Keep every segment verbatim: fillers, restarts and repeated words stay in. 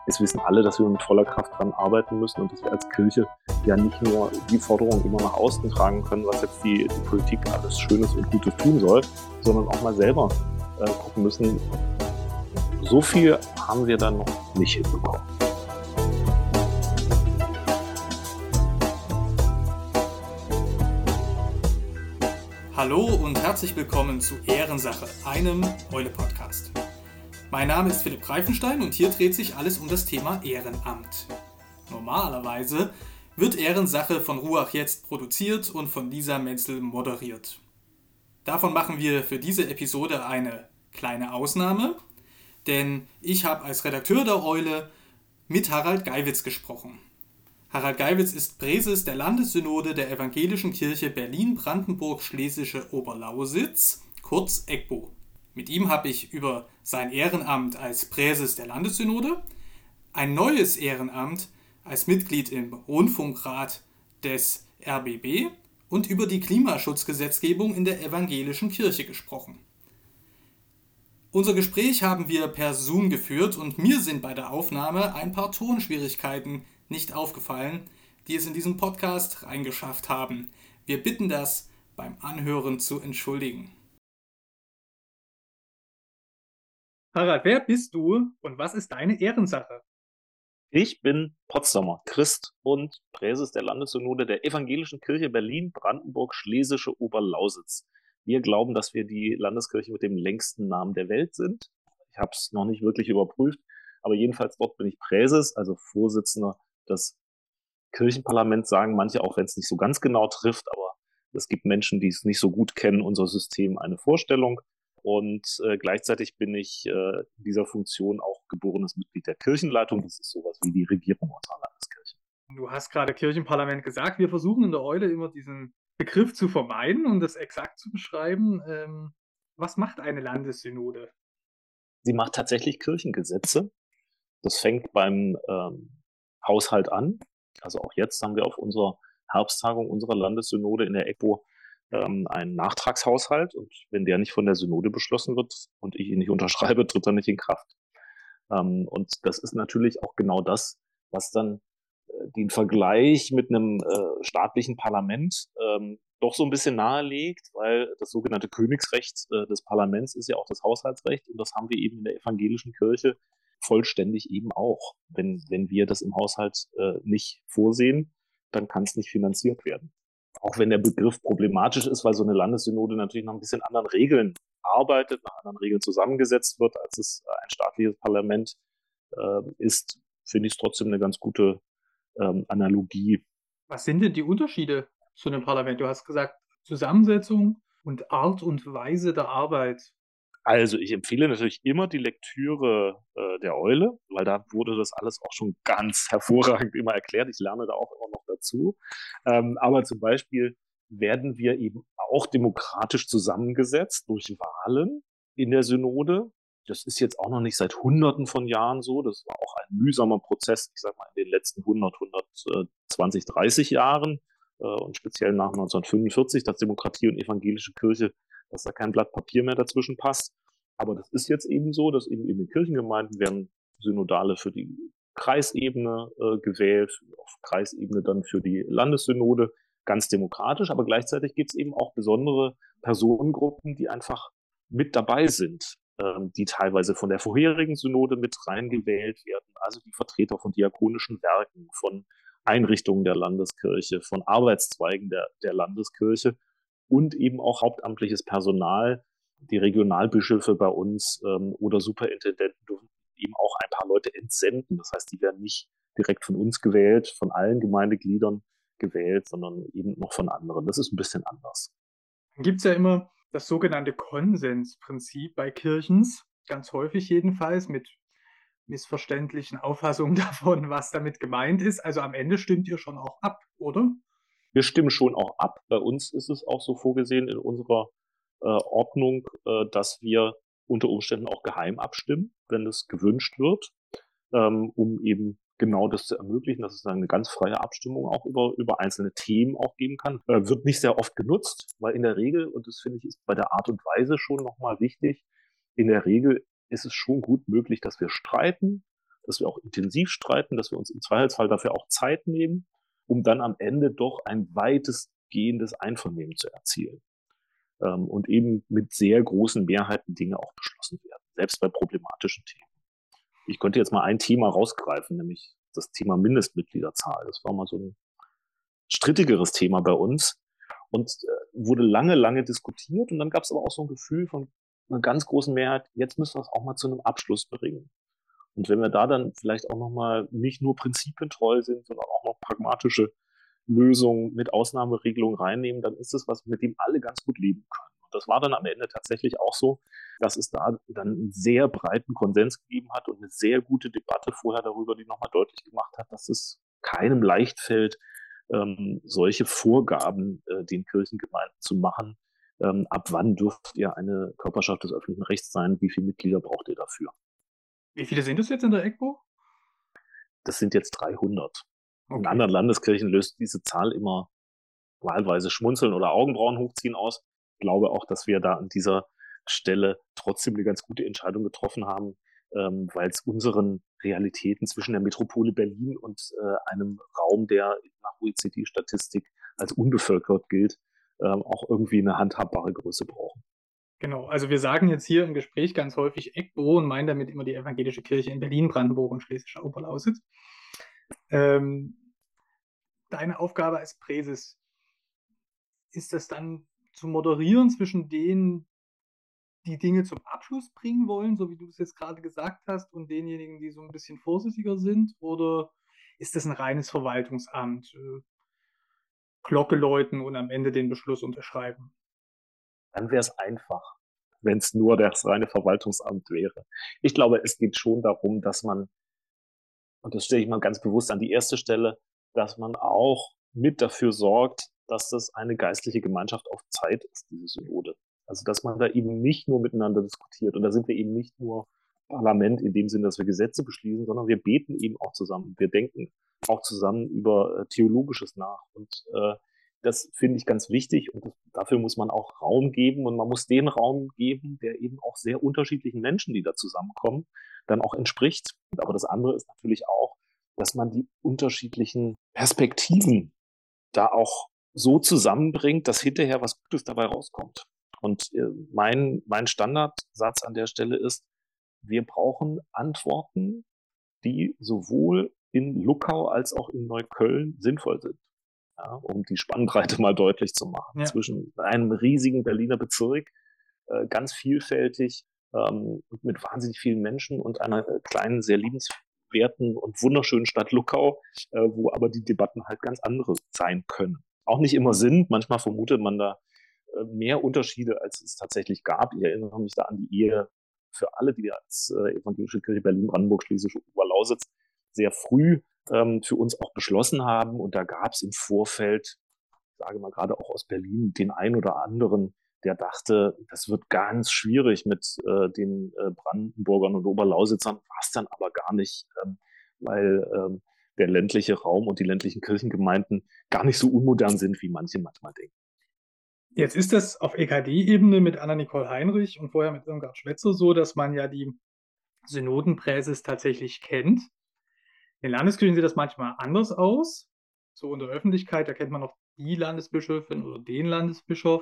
Es wissen alle, dass wir mit voller Kraft dran arbeiten müssen und dass wir als Kirche ja nicht nur die Forderung immer nach außen tragen können, was jetzt die, die Politik alles Schönes und Gutes tun soll, sondern auch mal selber äh, gucken müssen. So viel haben wir dann noch nicht hinbekommen. Hallo und herzlich willkommen zu Ehrensache, einem Eule-Podcast. Mein Name ist Philipp Greifenstein und hier dreht sich alles um das Thema Ehrenamt. Normalerweise wird Ehrensache von Ruach Jetzt produziert und von Lisa Menzel moderiert. Davon machen wir für diese Episode eine kleine Ausnahme, denn ich habe als Redakteur der Eule mit Harald Geiwitz gesprochen. Harald Geiwitz ist Präses der Landessynode der Evangelischen Kirche Berlin-Brandenburg-Schlesische Oberlausitz, kurz E G B O. Mit ihm habe ich über sein Ehrenamt als Präses der Landessynode, ein neues Ehrenamt als Mitglied im Rundfunkrat des R B B und über die Klimaschutzgesetzgebung in der Evangelischen Kirche gesprochen. Unser Gespräch haben wir per Zoom geführt und mir sind bei der Aufnahme ein paar Tonschwierigkeiten nicht aufgefallen, die es in diesem Podcast reingeschafft haben. Wir bitten das beim Anhören zu entschuldigen. Harald, wer bist du und was ist deine Ehrensache? Ich bin Potsdamer Christ und Präses der Landessynode der Evangelischen Kirche Berlin-Brandenburg-Schlesische Oberlausitz. Wir glauben, dass wir die Landeskirche mit dem längsten Namen der Welt sind. Ich habe es noch nicht wirklich überprüft, aber jedenfalls dort bin ich Präses, also Vorsitzender des Kirchenparlaments, sagen manche, auch wenn es nicht so ganz genau trifft, aber es gibt Menschen, die es nicht so gut kennen, unser System, eine Vorstellung. Und äh, gleichzeitig bin ich äh, in dieser Funktion auch geborenes Mitglied der Kirchenleitung. Das ist sowas wie die Regierung unserer Landeskirche. Du hast gerade Kirchenparlament gesagt. Wir versuchen in der Eule immer diesen Begriff zu vermeiden und das exakt zu beschreiben. Ähm, was macht eine Landessynode? Sie macht tatsächlich Kirchengesetze. Das fängt beim ähm, Haushalt an. Also auch jetzt haben wir auf unserer Herbsttagung unserer Landessynode in der E G B O ähm, einen Nachtragshaushalt. Und wenn der nicht von der Synode beschlossen wird und ich ihn nicht unterschreibe, tritt er nicht in Kraft. Ähm, und das ist natürlich auch genau das, was dann äh, den Vergleich mit einem äh, staatlichen Parlament ähm, doch so ein bisschen nahelegt, weil das sogenannte Königsrecht äh, des Parlaments ist ja auch das Haushaltsrecht und das haben wir eben in der evangelischen Kirche vollständig eben auch. Wenn, wenn wir das im Haushalt äh, nicht vorsehen, dann kann es nicht finanziert werden. Auch wenn der Begriff problematisch ist, weil so eine Landessynode natürlich nach ein bisschen anderen Regeln arbeitet, nach anderen Regeln zusammengesetzt wird, als es ein staatliches Parlament äh, ist, finde ich es trotzdem eine ganz gute ähm, Analogie. Was sind denn die Unterschiede zu einem Parlament? Du hast gesagt, Zusammensetzung und Art und Weise der Arbeit. Also ich empfehle natürlich immer die Lektüre äh, der Eule, weil da wurde das alles auch schon ganz hervorragend immer erklärt. Ich lerne da auch immer noch dazu. Ähm, aber zum Beispiel werden wir eben auch demokratisch zusammengesetzt durch Wahlen in der Synode. Das ist jetzt auch noch nicht seit Hunderten von Jahren so. Das war auch ein mühsamer Prozess, ich sag mal, in den letzten hundert, hundertzwanzig, dreißig Jahren äh, und speziell nach neunzehnhundertfünfundvierzig, dass Demokratie und evangelische Kirche, dass da kein Blatt Papier mehr dazwischen passt. Aber das ist jetzt eben so, dass eben in den Kirchengemeinden werden Synodale für die Kreisebene äh, gewählt, auf Kreisebene dann für die Landessynode, ganz demokratisch, aber gleichzeitig gibt es eben auch besondere Personengruppen, die einfach mit dabei sind, ähm, die teilweise von der vorherigen Synode mit reingewählt werden, also die Vertreter von diakonischen Werken, von Einrichtungen der Landeskirche, von Arbeitszweigen der, der Landeskirche und eben auch hauptamtliches Personal. Die Regionalbischöfe bei uns ähm, oder Superintendenten dürfen eben auch ein paar Leute entsenden. Das heißt, die werden nicht direkt von uns gewählt, von allen Gemeindegliedern gewählt, sondern eben noch von anderen. Das ist ein bisschen anders. Dann gibt es ja immer das sogenannte Konsensprinzip bei Kirchens, ganz häufig jedenfalls, mit missverständlichen Auffassungen davon, was damit gemeint ist. Also am Ende stimmt ihr schon auch ab, oder? Wir stimmen schon auch ab. Bei uns ist es auch so vorgesehen in unserer äh, Ordnung, äh, dass wir unter Umständen auch geheim abstimmen, wenn es gewünscht wird, ähm, um eben genau das zu ermöglichen, dass es eine ganz freie Abstimmung auch über, über einzelne Themen auch geben kann. Äh, wird nicht sehr oft genutzt, weil in der Regel, und das finde ich ist bei der Art und Weise schon nochmal wichtig, in der Regel ist es schon gut möglich, dass wir streiten, dass wir auch intensiv streiten, dass wir uns im Zweifelsfall dafür auch Zeit nehmen, um dann am Ende doch ein weitestgehendes Einvernehmen zu erzielen. Ähm, und eben mit sehr großen Mehrheiten Dinge auch beschlossen werden, selbst bei problematischen Themen. Ich könnte jetzt mal ein Thema rausgreifen, nämlich das Thema Mindestmitgliederzahl. Das war mal so ein strittigeres Thema bei uns und äh, wurde lange, lange diskutiert. Und dann gab es aber auch so ein Gefühl von einer ganz großen Mehrheit, jetzt müssen wir es auch mal zu einem Abschluss bringen. Und wenn wir da dann vielleicht auch nochmal nicht nur prinzipientreu sind, sondern auch noch pragmatische Lösungen mit Ausnahmeregelungen reinnehmen, dann ist es was, mit dem alle ganz gut leben können. Und das war dann am Ende tatsächlich auch so, dass es da dann einen sehr breiten Konsens gegeben hat und eine sehr gute Debatte vorher darüber, die nochmal deutlich gemacht hat, dass es keinem leicht fällt, ähm, solche Vorgaben äh, den Kirchengemeinden zu machen. Ähm, ab wann dürft ihr eine Körperschaft des öffentlichen Rechts sein? Wie viele Mitglieder braucht ihr dafür? Wie viele sind es jetzt in der EGBO? Das sind jetzt dreihundert. Okay. In anderen Landeskirchen löst diese Zahl immer wahlweise Schmunzeln oder Augenbrauen hochziehen aus. Ich glaube auch, dass wir da an dieser Stelle trotzdem eine ganz gute Entscheidung getroffen haben, ähm, weil es unseren Realitäten zwischen der Metropole Berlin und äh, einem Raum, der nach O E C D-Statistik als unbevölkert gilt, ähm, auch irgendwie eine handhabbare Größe brauchen. Genau, also wir sagen jetzt hier im Gespräch ganz häufig EGBO und meinen damit immer die evangelische Kirche in Berlin, Brandenburg und Schlesischer Oberlausitz. Ähm, deine Aufgabe als Präses, ist das dann zu moderieren zwischen denen, die Dinge zum Abschluss bringen wollen, so wie du es jetzt gerade gesagt hast, und denjenigen, die so ein bisschen vorsichtiger sind? Oder ist das ein reines Verwaltungsamt? Äh, Glocke läuten und am Ende den Beschluss unterschreiben? Dann wäre es einfach, wenn es nur das reine Verwaltungsamt wäre. Ich glaube, es geht schon darum, dass man, und das stelle ich mal ganz bewusst an die erste Stelle, dass man auch mit dafür sorgt, dass das eine geistliche Gemeinschaft auf Zeit ist, diese Synode. Also dass man da eben nicht nur miteinander diskutiert. Und da sind wir eben nicht nur Parlament in dem Sinne, dass wir Gesetze beschließen, sondern wir beten eben auch zusammen. Wir denken auch zusammen über äh, Theologisches nach. Und äh, das finde ich ganz wichtig. Und dafür muss man auch Raum geben. Und man muss den Raum geben, der eben auch sehr unterschiedlichen Menschen, die da zusammenkommen, dann auch entspricht. Aber das andere ist natürlich auch, dass man die unterschiedlichen Perspektiven da auch so zusammenbringt, dass hinterher was Gutes dabei rauskommt. Und äh, mein, mein Standardsatz an der Stelle ist, wir brauchen Antworten, die sowohl in Luckau als auch in Neukölln sinnvoll sind. Ja, um die Spannbreite mal deutlich zu machen. Ja. Zwischen einem riesigen Berliner Bezirk, äh, ganz vielfältig, ähm, mit wahnsinnig vielen Menschen und einer äh, kleinen, sehr liebenswerten und wunderschönen Stadt Luckau, äh, wo aber die Debatten halt ganz andere sein können. Auch nicht immer sind. Manchmal vermutet man da äh, mehr Unterschiede, als es tatsächlich gab. Ich erinnere mich da an die Ehe für alle, die wir als äh, Evangelische Kirche Berlin, Brandenburg, Schlesische Oberlausitz sehr früh ähm, für uns auch beschlossen haben. Und da gab es im Vorfeld, ich sage mal gerade auch aus Berlin, den einen oder anderen, der dachte, das wird ganz schwierig mit äh, den äh, Brandenburgern und Oberlausitzern, war es dann aber gar nicht, ähm, weil ähm, der ländliche Raum und die ländlichen Kirchengemeinden gar nicht so unmodern sind, wie manche manchmal denken. Jetzt ist das auf E K D-Ebene mit Anna-Nicole Heinrich und vorher mit Irmgard Schwetzer so, dass man ja die Synodenpräses tatsächlich kennt. In Landeskirchen sieht das manchmal anders aus. So in der Öffentlichkeit, da kennt man noch die Landesbischöfin oder den Landesbischof.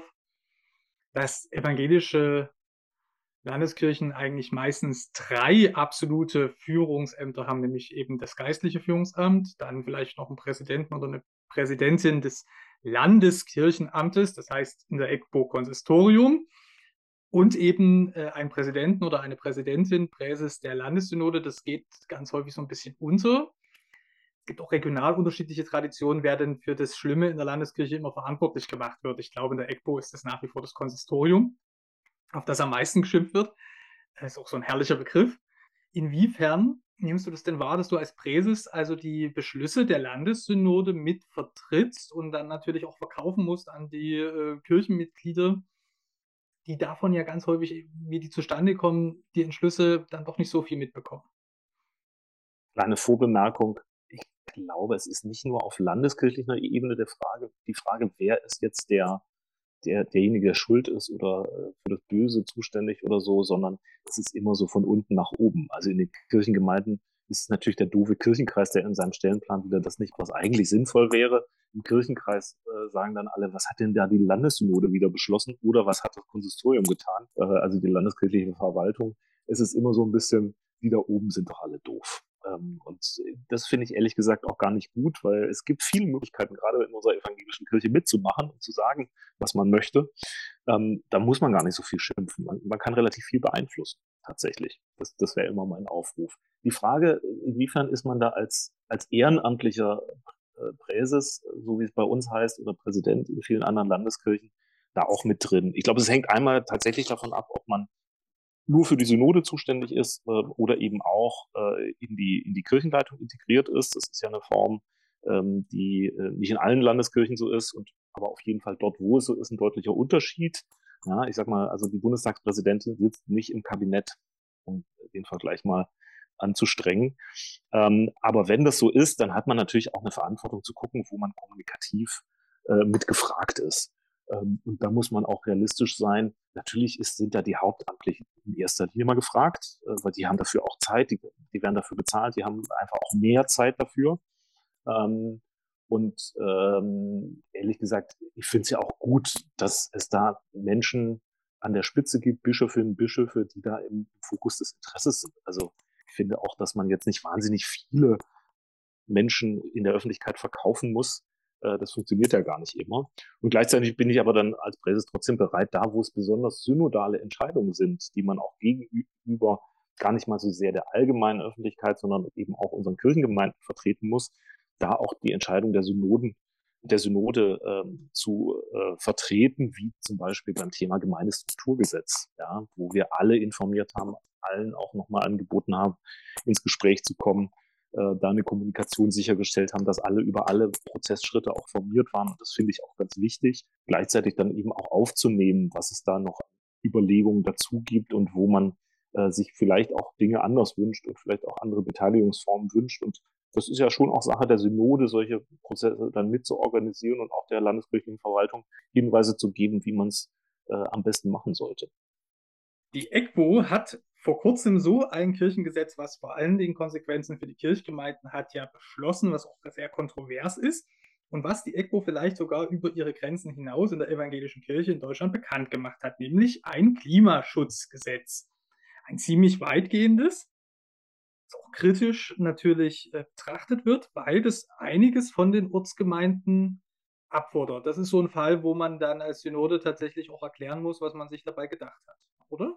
Dass evangelische Landeskirchen eigentlich meistens drei absolute Führungsämter haben, nämlich eben das geistliche Führungsamt, dann vielleicht noch einen Präsidenten oder eine Präsidentin des Landeskirchenamtes, das heißt in der EGBO Konsistorium, und eben äh, einen Präsidenten oder eine Präsidentin, Präses der Landessynode. Das geht ganz häufig so ein bisschen unter. Es gibt auch regional unterschiedliche Traditionen, wer denn für das Schlimme in der Landeskirche immer verantwortlich gemacht wird. Ich glaube, in der EGBO ist das nach wie vor das Konsistorium, auf das am meisten geschimpft wird. Das ist auch so ein herrlicher Begriff. Inwiefern nimmst du das denn wahr, dass du als Präses also die Beschlüsse der Landessynode mit vertrittst und dann natürlich auch verkaufen musst an die äh, Kirchenmitglieder, die davon ja ganz häufig, wie die zustande kommen, die Entschlüsse dann doch nicht so viel mitbekommen? Kleine Vorbemerkung. Ich glaube, es ist nicht nur auf landeskirchlicher Ebene der Frage, die Frage, wer ist jetzt der, der, derjenige, der schuld ist oder für das Böse zuständig oder so, sondern es ist immer so von unten nach oben. Also in den Kirchengemeinden ist natürlich der doofe Kirchenkreis, der in seinem Stellenplan wieder das nicht, was eigentlich sinnvoll wäre. Im Kirchenkreis äh, sagen dann alle, was hat denn da die Landessynode wieder beschlossen oder was hat das Konsistorium getan, äh, also die landeskirchliche Verwaltung. Es ist immer so ein bisschen, die da oben sind doch alle doof. Ähm, und das finde ich ehrlich gesagt auch gar nicht gut, weil es gibt viele Möglichkeiten, gerade in unserer evangelischen Kirche mitzumachen und zu sagen, was man möchte. Ähm, da muss man gar nicht so viel schimpfen. Man, man kann relativ viel beeinflussen, tatsächlich. Das, das wäre immer mein Aufruf. Die Frage, inwiefern ist man da als, als ehrenamtlicher äh, Präses, so wie es bei uns heißt, oder Präsident in vielen anderen Landeskirchen, da auch mit drin. Ich glaube, es hängt einmal tatsächlich davon ab, ob man nur für die Synode zuständig ist äh, oder eben auch äh, in die, in die Kirchenleitung integriert ist. Das ist ja eine Form, ähm, die äh, nicht in allen Landeskirchen so ist, und aber auf jeden Fall dort, wo es so ist, ein deutlicher Unterschied. Ja, ich sag mal, also die Bundestagspräsidentin sitzt nicht im Kabinett, um den Vergleich mal anzustrengen. Ähm, aber wenn das so ist, dann hat man natürlich auch eine Verantwortung zu gucken, wo man kommunikativ äh, mit gefragt ist. Ähm, und da muss man auch realistisch sein. Natürlich ist, sind da die Hauptamtlichen in erster Linie mal gefragt, äh, weil die haben dafür auch Zeit, die, die werden dafür bezahlt, die haben einfach auch mehr Zeit dafür. Ähm, und ähm, ehrlich gesagt, ich finde es ja auch gut, dass es da Menschen an der Spitze gibt, Bischöfinnen, Bischöfe, die da im Fokus des Interesses sind. Also ich finde auch, dass man jetzt nicht wahnsinnig viele Menschen in der Öffentlichkeit verkaufen muss. Äh, das funktioniert ja gar nicht immer. Und gleichzeitig bin ich aber dann als Präses trotzdem bereit, da wo es besonders synodale Entscheidungen sind, die man auch gegenüber gar nicht mal so sehr der allgemeinen Öffentlichkeit, sondern eben auch unseren Kirchengemeinden vertreten muss, da auch die Entscheidung der Synoden, der Synode ähm, zu äh, vertreten, wie zum Beispiel beim Thema Gemeindestrukturgesetz, ja, wo wir alle informiert haben, allen auch nochmal angeboten haben, ins Gespräch zu kommen, äh, da eine Kommunikation sichergestellt haben, dass alle über alle Prozessschritte auch formiert waren. Und das finde ich auch ganz wichtig, gleichzeitig dann eben auch aufzunehmen, was es da noch Überlegungen dazu gibt und wo man äh, sich vielleicht auch Dinge anders wünscht und vielleicht auch andere Beteiligungsformen wünscht. Und das ist ja schon auch Sache der Synode, solche Prozesse dann mitzuorganisieren und auch der landeskirchlichen Verwaltung Hinweise zu geben, wie man es äh, am besten machen sollte. Die E G B O hat vor kurzem so ein Kirchengesetz, was vor allen Dingen Konsequenzen für die Kirchgemeinden hat, ja beschlossen, was auch sehr kontrovers ist und was die E G B O vielleicht sogar über ihre Grenzen hinaus in der evangelischen Kirche in Deutschland bekannt gemacht hat, nämlich ein Klimaschutzgesetz. Ein ziemlich weitgehendes, das auch kritisch natürlich äh, betrachtet wird, weil das einiges von den Ortsgemeinden abfordert. Das ist so ein Fall, wo man dann als Synode tatsächlich auch erklären muss, was man sich dabei gedacht hat, oder?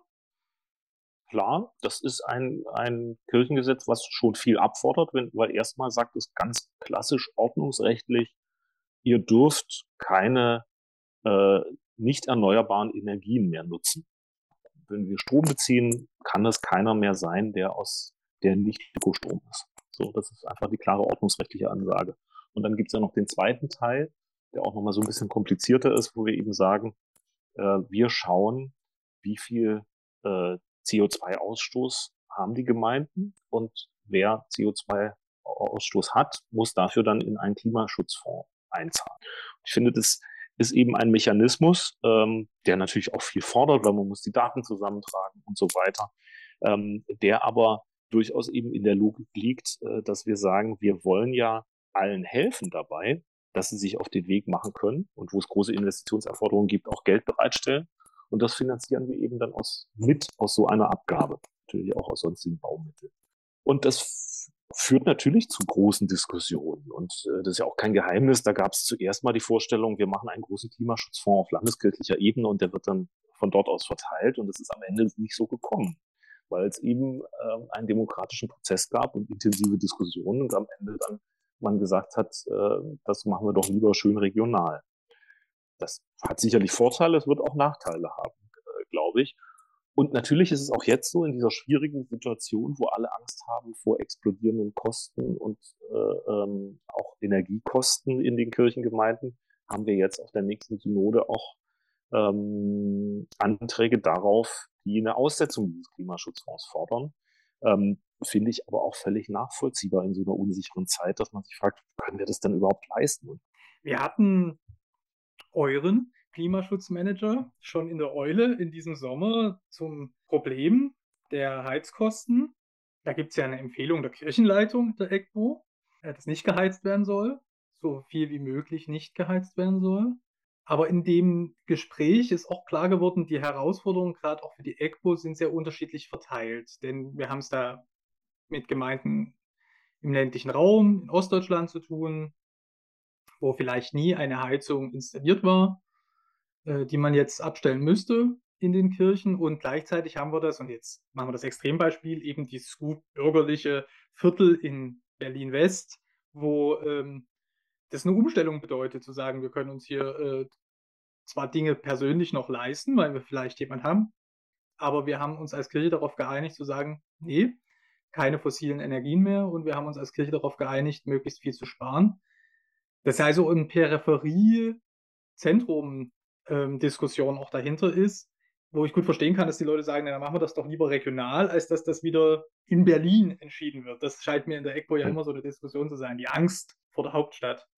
Klar, das ist ein, ein Kirchengesetz, was schon viel abfordert, wenn, weil erstmal sagt es ganz klassisch ordnungsrechtlich, ihr dürft keine äh, nicht erneuerbaren Energien mehr nutzen. Wenn wir Strom beziehen, kann das keiner mehr sein, der aus der nicht Ökostrom ist. So, das ist einfach die klare ordnungsrechtliche Ansage. Und dann gibt es ja noch den zweiten Teil, der auch nochmal so ein bisschen komplizierter ist, wo wir eben sagen, äh, wir schauen, wie viel äh, C O zwei Ausstoß haben die Gemeinden, und wer C O zwei Ausstoß hat, muss dafür dann in einen Klimaschutzfonds einzahlen. Ich finde, das ist eben ein Mechanismus, ähm, der natürlich auch viel fordert, weil man muss die Daten zusammentragen und so weiter, ähm, der aber durchaus eben in der Logik liegt, äh, dass wir sagen, wir wollen ja allen helfen dabei, dass sie sich auf den Weg machen können und wo es große Investitionserforderungen gibt, auch Geld bereitstellen. Und das finanzieren wir eben dann aus, mit aus so einer Abgabe, natürlich auch aus sonstigen Baumitteln. Und das führt natürlich zu großen Diskussionen. Und äh, das ist ja auch kein Geheimnis. Da gab es zuerst mal die Vorstellung, wir machen einen großen Klimaschutzfonds auf landeskirchlicher Ebene und der wird dann von dort aus verteilt. Und das ist am Ende nicht so gekommen, weil es eben äh, einen demokratischen Prozess gab und intensive Diskussionen und am Ende dann man gesagt hat, äh, das machen wir doch lieber schön regional. Das hat sicherlich Vorteile, es wird auch Nachteile haben, äh, glaube ich. Und natürlich ist es auch jetzt so in dieser schwierigen Situation, wo alle Angst haben vor explodierenden Kosten und äh, ähm, auch Energiekosten in den Kirchengemeinden, haben wir jetzt auf der nächsten Synode auch ähm, Anträge darauf, die eine Aussetzung dieses Klimaschutzfonds fordern. Ähm, finde ich aber auch völlig nachvollziehbar in so einer unsicheren Zeit, dass man sich fragt, können wir das denn überhaupt leisten? Wir hatten euren Klimaschutzmanager schon in der Eule in diesem Sommer zum Problem der Heizkosten Da gibt es ja eine Empfehlung der Kirchenleitung der EGBO, äh, dass nicht geheizt werden soll, so viel wie möglich nicht geheizt werden soll. Aber in dem Gespräch ist auch klar geworden, die Herausforderungen gerade auch für die EGBO sind sehr unterschiedlich verteilt. Denn wir haben es da mit Gemeinden im ländlichen Raum in Ostdeutschland zu tun, wo vielleicht nie eine Heizung installiert war, äh, die man jetzt abstellen müsste in den Kirchen. Und gleichzeitig haben wir das, und jetzt machen wir das Extrembeispiel, eben dieses gut bürgerliche Viertel in Berlin-West, wo ähm, das eine Umstellung bedeutet, zu sagen, wir können uns hier äh, zwar Dinge persönlich noch leisten, weil wir vielleicht jemanden haben, aber wir haben uns als Kirche darauf geeinigt zu sagen, nee, keine fossilen Energien mehr, und wir haben uns als Kirche darauf geeinigt, möglichst viel zu sparen. Das heißt, so eine Peripherie-Zentrum-Diskussion auch dahinter ist, wo ich gut verstehen kann, dass die Leute sagen, na, dann machen wir das doch lieber regional, als dass das wieder in Berlin entschieden wird. Das scheint mir in der EGBO ja immer so eine Diskussion zu sein, die Angst vor der Hauptstadt.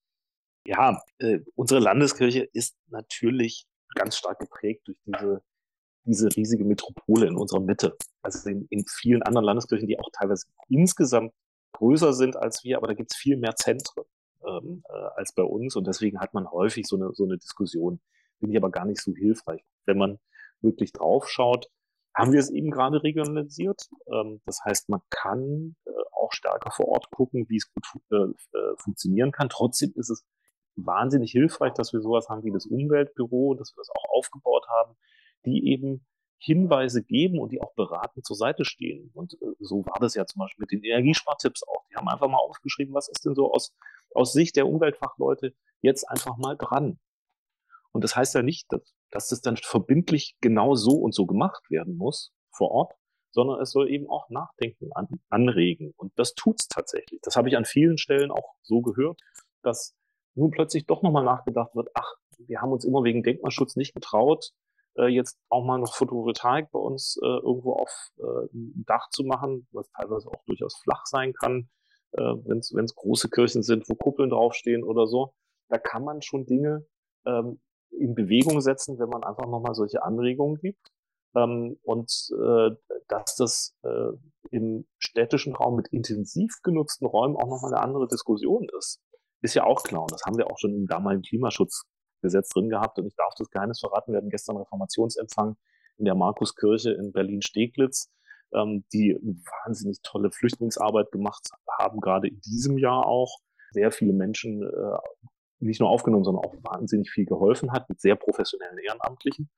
Ja, äh, unsere Landeskirche ist natürlich ganz stark geprägt durch diese, diese riesige Metropole in unserer Mitte. Also in, in vielen anderen Landeskirchen, die auch teilweise insgesamt größer sind als wir, aber da gibt es viel mehr Zentren ähm, äh, als bei uns, und deswegen hat man häufig so eine, so eine Diskussion. Finde ich aber gar nicht so hilfreich. Wenn man wirklich drauf schaut, haben wir es eben gerade regionalisiert. Ähm, das heißt, man kann äh, auch stärker vor Ort gucken, wie es gut äh, äh, funktionieren kann. Trotzdem ist es wahnsinnig hilfreich, dass wir sowas haben wie das Umweltbüro, dass wir das auch aufgebaut haben, die eben Hinweise geben und die auch beratend zur Seite stehen. Und äh, so war das ja zum Beispiel mit den Energiespartipps auch. Die haben einfach mal aufgeschrieben, was ist denn so aus, aus Sicht der Umweltfachleute jetzt einfach mal dran. Und das heißt ja nicht, dass, dass das dann verbindlich genau so und so gemacht werden muss vor Ort, sondern es soll eben auch Nachdenken an, anregen. Und das tut's tatsächlich. Das habe ich an vielen Stellen auch so gehört, dass nun plötzlich doch nochmal nachgedacht wird, ach, wir haben uns immer wegen Denkmalschutz nicht getraut, äh, jetzt auch mal noch Photovoltaik bei uns äh, irgendwo auf äh, ein Dach zu machen, was teilweise auch durchaus flach sein kann, äh, wenn es große Kirchen sind, wo Kuppeln draufstehen oder so. Da kann man schon Dinge ähm, in Bewegung setzen, wenn man einfach nochmal solche Anregungen gibt. Ähm, und äh, dass das äh, im städtischen Raum mit intensiv genutzten Räumen auch nochmal eine andere Diskussion ist, ist ja auch klar. Und das haben wir auch schon im damaligen Klimaschutzgesetz drin gehabt. Und ich darf das Geheimnis verraten, wir hatten gestern Reformationsempfang in der Markuskirche in Berlin-Steglitz, ähm, die eine wahnsinnig tolle Flüchtlingsarbeit gemacht haben, gerade in diesem Jahr auch. Sehr viele Menschen äh, nicht nur aufgenommen, sondern auch wahnsinnig viel geholfen hat mit sehr professionellen Ehrenamtlichen.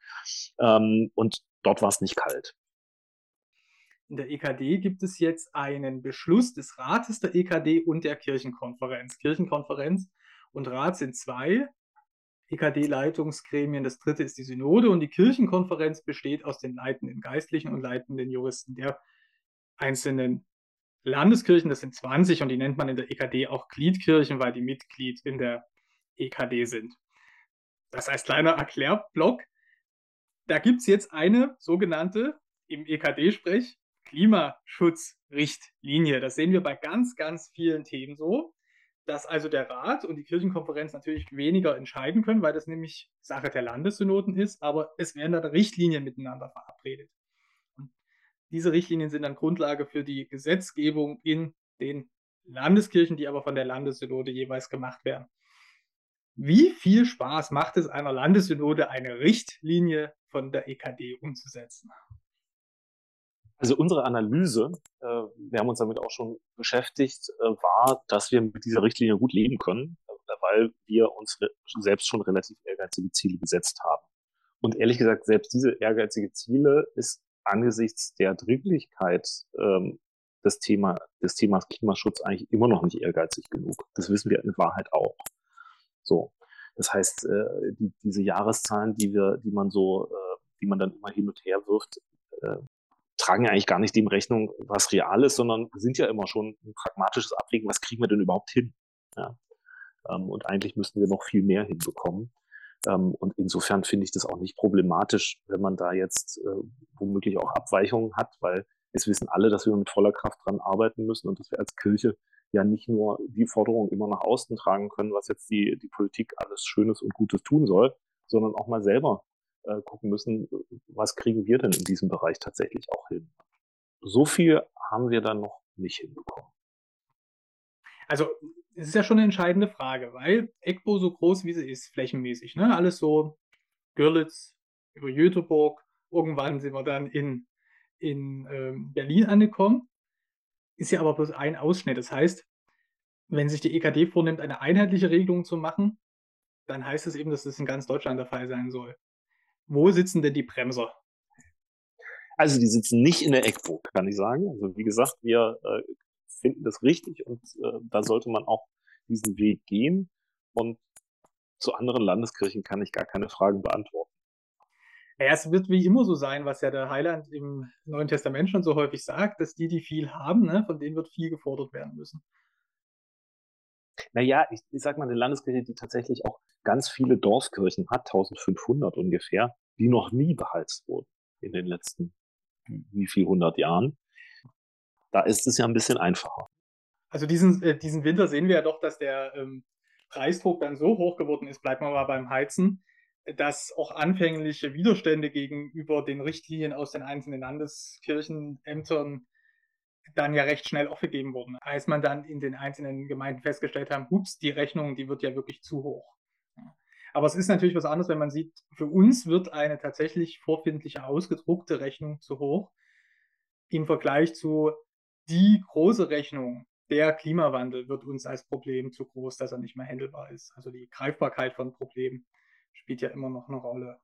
Ähm, und dort war es nicht kalt. In der E K D gibt es jetzt einen Beschluss des Rates der E K D und der Kirchenkonferenz. Kirchenkonferenz und Rat sind zwei E K D-Leitungsgremien. Das dritte ist die Synode, und die Kirchenkonferenz besteht aus den leitenden Geistlichen und leitenden Juristen der einzelnen Landeskirchen. Das sind zwanzig, und die nennt man in der E K D auch Gliedkirchen, weil die Mitglied in der E K D sind. Das heißt, kleiner Erklärblock. Da gibt es jetzt eine sogenannte, im E K D-Sprech, Klimaschutzrichtlinie. Das sehen wir bei ganz, ganz vielen Themen so, dass also der Rat und die Kirchenkonferenz natürlich weniger entscheiden können, weil das nämlich Sache der Landessynoden ist, aber es werden dann Richtlinien miteinander verabredet. Und diese Richtlinien sind dann Grundlage für die Gesetzgebung in den Landeskirchen, die aber von der Landessynode jeweils gemacht werden. Wie viel Spaß macht es einer Landessynode, eine Richtlinie von der E K D umzusetzen? Also unsere Analyse, äh, wir haben uns damit auch schon beschäftigt, äh, war, dass wir mit dieser Richtlinie gut leben können, äh, weil wir uns selbst schon relativ ehrgeizige Ziele gesetzt haben. Und ehrlich gesagt, selbst diese ehrgeizige Ziele ist angesichts der Dringlichkeit ähm, des, Thema, des Themas Klimaschutz eigentlich immer noch nicht ehrgeizig genug. Das wissen wir in Wahrheit auch. So, das heißt, äh, die, diese Jahreszahlen, die wir, die man so, äh, die man dann immer hin und her wirft, äh, tragen ja eigentlich gar nicht dem Rechnung, was real ist, sondern sind ja immer schon ein pragmatisches Abwägen, was kriegen wir denn überhaupt hin? Ja. Ähm, und eigentlich müssten wir noch viel mehr hinbekommen. Ähm, und insofern finde ich das auch nicht problematisch, wenn man da jetzt äh, womöglich auch Abweichungen hat, weil es wissen alle, dass wir mit voller Kraft dran arbeiten müssen und dass wir als Kirche ja nicht nur die Forderung immer nach außen tragen können, was jetzt die, die Politik alles Schönes und Gutes tun soll, sondern auch mal selber äh, gucken müssen, was kriegen wir denn in diesem Bereich tatsächlich auch hin. So viel haben wir dann noch nicht hinbekommen. Also, es ist ja schon eine entscheidende Frage, weil Egbo so groß wie sie ist, flächenmäßig, ne? Alles so Görlitz über Göteborg. Irgendwann sind wir dann in, in ähm, Berlin angekommen. Ist ja aber bloß ein Ausschnitt. Das heißt, wenn sich die E K D vornimmt, eine einheitliche Regelung zu machen, dann heißt es eben, dass das in ganz Deutschland der Fall sein soll. Wo sitzen denn die Bremser? Also die sitzen nicht in der Eckburg, kann ich sagen. Also wie gesagt, wir äh, finden das richtig und äh, da sollte man auch diesen Weg gehen. Und zu anderen Landeskirchen kann ich gar keine Fragen beantworten. Ja, es wird wie immer so sein, was ja der Heiland im Neuen Testament schon so häufig sagt, dass die, die viel haben, ne, von denen wird viel gefordert werden müssen. Naja, ich, ich sag mal, eine Landeskirche, die tatsächlich auch ganz viele Dorfkirchen hat, eintausendfünfhundert ungefähr, die noch nie beheizt wurden in den letzten wie viel hundert Jahren. Da ist es ja ein bisschen einfacher. Also diesen, äh, diesen Winter sehen wir ja doch, dass der ähm, Preisdruck dann so hoch geworden ist, bleiben wir mal beim Heizen, dass auch anfängliche Widerstände gegenüber den Richtlinien aus den einzelnen Landeskirchenämtern dann ja recht schnell aufgegeben wurden, als man dann in den einzelnen Gemeinden festgestellt hat, hups, die Rechnung, die wird ja wirklich zu hoch. Aber es ist natürlich was anderes, wenn man sieht, für uns wird eine tatsächlich vorfindliche ausgedruckte Rechnung zu hoch im Vergleich zu die große Rechnung. Der Klimawandel wird uns als Problem zu groß, dass er nicht mehr handelbar ist. Also die Greifbarkeit von Problemen spielt ja immer noch eine Rolle.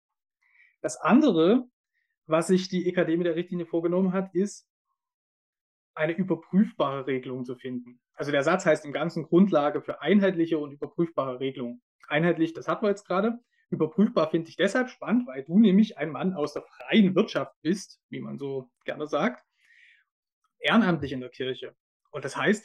Das andere, was sich die E K D mit der Richtlinie vorgenommen hat, ist, eine überprüfbare Regelung zu finden. Also der Satz heißt im Ganzen Grundlage für einheitliche und überprüfbare Regelungen. Einheitlich, das hatten wir jetzt gerade. Überprüfbar finde ich deshalb spannend, weil du nämlich ein Mann aus der freien Wirtschaft bist, wie man so gerne sagt, ehrenamtlich in der Kirche. Und das heißt,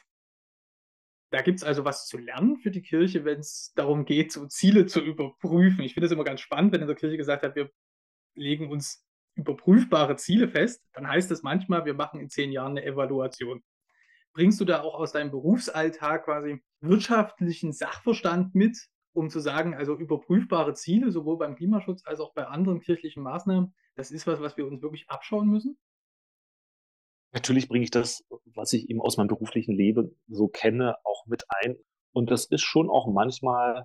da gibt es also was zu lernen für die Kirche, wenn es darum geht, so Ziele zu überprüfen. Ich finde es immer ganz spannend, wenn in der Kirche gesagt hat, wir legen uns überprüfbare Ziele fest, dann heißt es manchmal, wir machen in zehn Jahren eine Evaluation. Bringst du da auch aus deinem Berufsalltag quasi wirtschaftlichen Sachverstand mit, um zu sagen, also überprüfbare Ziele, sowohl beim Klimaschutz als auch bei anderen kirchlichen Maßnahmen, das ist was, was wir uns wirklich abschauen müssen? Natürlich bringe ich das, was ich eben aus meinem beruflichen Leben so kenne, auch mit ein. Und das ist schon auch manchmal,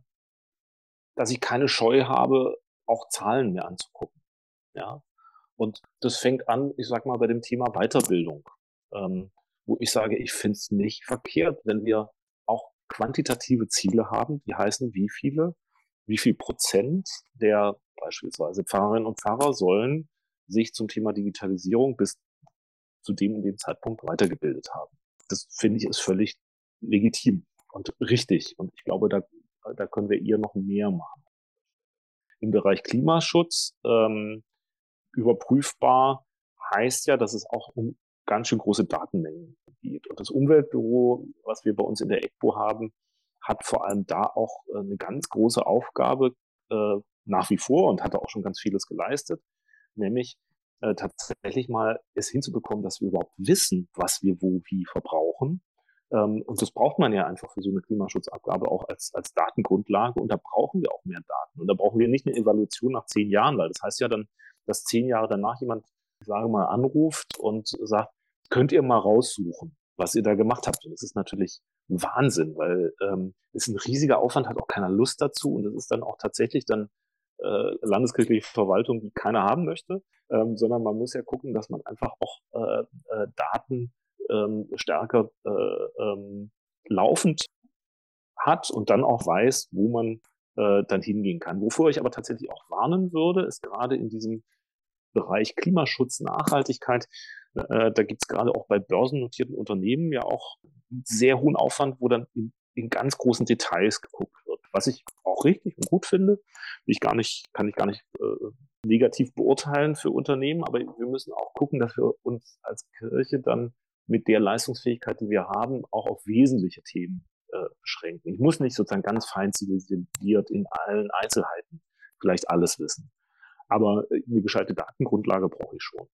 dass ich keine Scheu habe, auch Zahlen mir anzugucken. Ja. Und das fängt an, ich sag mal, bei dem Thema Weiterbildung, ähm, wo ich sage, ich finde es nicht verkehrt, wenn wir auch quantitative Ziele haben, die heißen, wie viele, wie viel Prozent der beispielsweise Pfarrerinnen und Pfarrer sollen sich zum Thema Digitalisierung bis zu dem und dem Zeitpunkt weitergebildet haben. Das finde ich ist völlig legitim und richtig. Und ich glaube, da, da können wir eher noch mehr machen. Im Bereich Klimaschutz ähm, überprüfbar heißt ja, dass es auch um ganz schön große Datenmengen geht. Und das Umweltbüro, was wir bei uns in der Egbo haben, hat vor allem da auch äh, eine ganz große Aufgabe äh, nach wie vor und hat auch schon ganz vieles geleistet, nämlich äh, tatsächlich mal es hinzubekommen, dass wir überhaupt wissen, was wir wo wie verbrauchen. Ähm, und das braucht man ja einfach für so eine Klimaschutzabgabe auch als, als Datengrundlage. Und da brauchen wir auch mehr Daten. Und da brauchen wir nicht eine Evaluation nach zehn Jahren, weil das heißt ja dann, dass zehn Jahre danach jemand, ich sage mal, anruft und sagt, könnt ihr mal raussuchen, was ihr da gemacht habt. Und das ist natürlich Wahnsinn, weil ähm, es ist ein riesiger Aufwand, hat auch keiner Lust dazu. Und das ist dann auch tatsächlich dann äh, landeskirchliche Verwaltung, die keiner haben möchte, ähm, sondern man muss ja gucken, dass man einfach auch äh, äh, Daten ähm, stärker äh, ähm, laufend hat und dann auch weiß, wo man äh, dann hingehen kann. Wovor ich aber tatsächlich auch warnen würde, ist gerade in diesem Bereich Klimaschutz, Nachhaltigkeit, äh, da gibt es gerade auch bei börsennotierten Unternehmen ja auch einen sehr hohen Aufwand, wo dann in, in ganz großen Details geguckt wird. Was ich auch richtig und gut finde, ich gar nicht, kann ich gar nicht äh, negativ beurteilen für Unternehmen, aber wir müssen auch gucken, dass wir uns als Kirche dann mit der Leistungsfähigkeit, die wir haben, auch auf wesentliche Themen äh, beschränken. Ich muss nicht sozusagen ganz fein zivilisiert in allen Einzelheiten vielleicht alles wissen. Aber eine gescheite Datengrundlage brauche ich schon.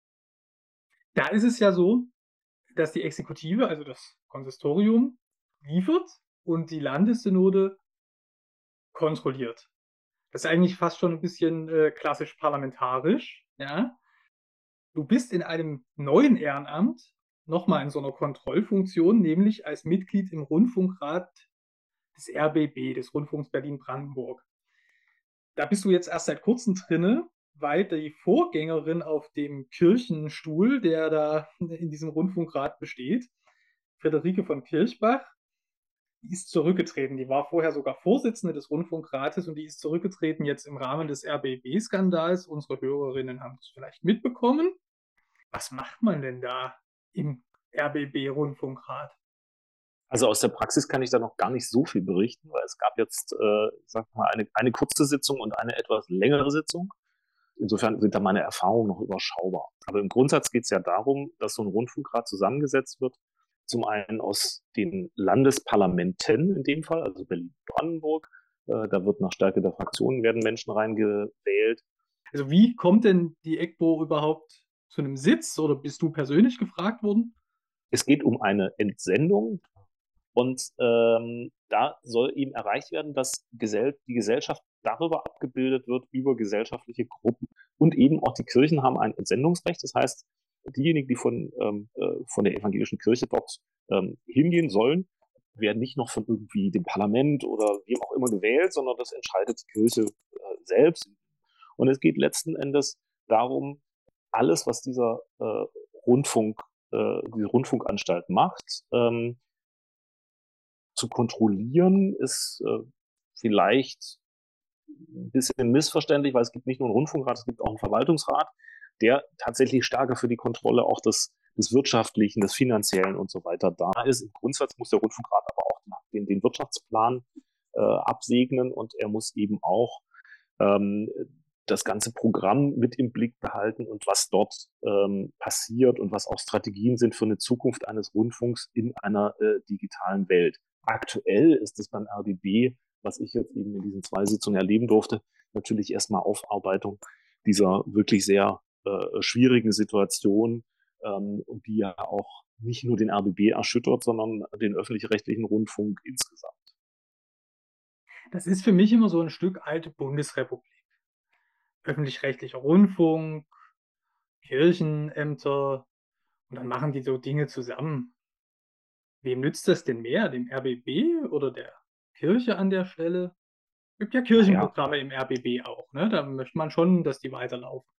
Da ist es ja so, dass die Exekutive, also das Konsistorium, liefert und die Landessynode kontrolliert. Das ist eigentlich fast schon ein bisschen äh, klassisch parlamentarisch. Ja? Du bist in einem neuen Ehrenamt nochmal in so einer Kontrollfunktion, nämlich als Mitglied im Rundfunkrat des R B B, des Rundfunks Berlin-Brandenburg. Da bist du jetzt erst seit kurzem drinne, weil die Vorgängerin auf dem Kirchenstuhl, der da in diesem Rundfunkrat besteht, Friederike von Kirchbach, die ist zurückgetreten. Die war vorher sogar Vorsitzende des Rundfunkrates und die ist zurückgetreten jetzt im Rahmen des R B B-Skandals. Unsere Hörerinnen haben es vielleicht mitbekommen. Was macht man denn da im R B B-Rundfunkrat? Also aus der Praxis kann ich da noch gar nicht so viel berichten, weil es gab jetzt, äh, ich sag mal, eine, eine kurze Sitzung und eine etwas längere Sitzung. Insofern sind da meine Erfahrungen noch überschaubar. Aber im Grundsatz geht es ja darum, dass so ein Rundfunkrat zusammengesetzt wird, zum einen aus den Landesparlamenten in dem Fall, also Berlin-Brandenburg. Äh, da wird nach Stärke der Fraktionen werden Menschen reingewählt. Also wie kommt denn die EGBO überhaupt zu einem Sitz oder bist du persönlich gefragt worden? Es geht um eine Entsendung und ähm, da soll eben erreicht werden, dass Gesell- die Gesellschaft darüber abgebildet wird, über gesellschaftliche Gruppen. Und eben auch die Kirchen haben ein Entsendungsrecht. Das heißt, diejenigen, die von, ähm, äh, von der evangelischen Kirche dort ähm, hingehen sollen, werden nicht noch von irgendwie dem Parlament oder wem auch immer gewählt, sondern das entscheidet die Kirche äh, selbst. Und es geht letzten Endes darum, alles, was dieser äh, Rundfunk, äh, diese Rundfunkanstalt macht, ähm, zu kontrollieren, ist äh, vielleicht ein bisschen missverständlich, weil es gibt nicht nur einen Rundfunkrat, es gibt auch einen Verwaltungsrat, der tatsächlich stärker für die Kontrolle auch des, des Wirtschaftlichen, des Finanziellen und so weiter da ist. Im Grundsatz muss der Rundfunkrat aber auch den, den Wirtschaftsplan äh, absegnen und er muss eben auch ähm, das ganze Programm mit im Blick behalten und was dort ähm, passiert und was auch Strategien sind für eine Zukunft eines Rundfunks in einer äh, digitalen Welt. Aktuell ist es beim R B B, was ich jetzt eben in diesen zwei Sitzungen erleben durfte, natürlich erstmal Aufarbeitung dieser wirklich sehr äh, schwierigen Situation, ähm, die ja auch nicht nur den R B B erschüttert, sondern den öffentlich-rechtlichen Rundfunk insgesamt. Das ist für mich immer so ein Stück alte Bundesrepublik. Öffentlich-rechtlicher Rundfunk, Kirchenämter und dann machen die so Dinge zusammen. Wem nützt das denn mehr? Dem R B B oder der Kirche an der Stelle? Es gibt ja Kirchenprogramme im R B B auch, ne? Da möchte man schon, dass die weiterlaufen.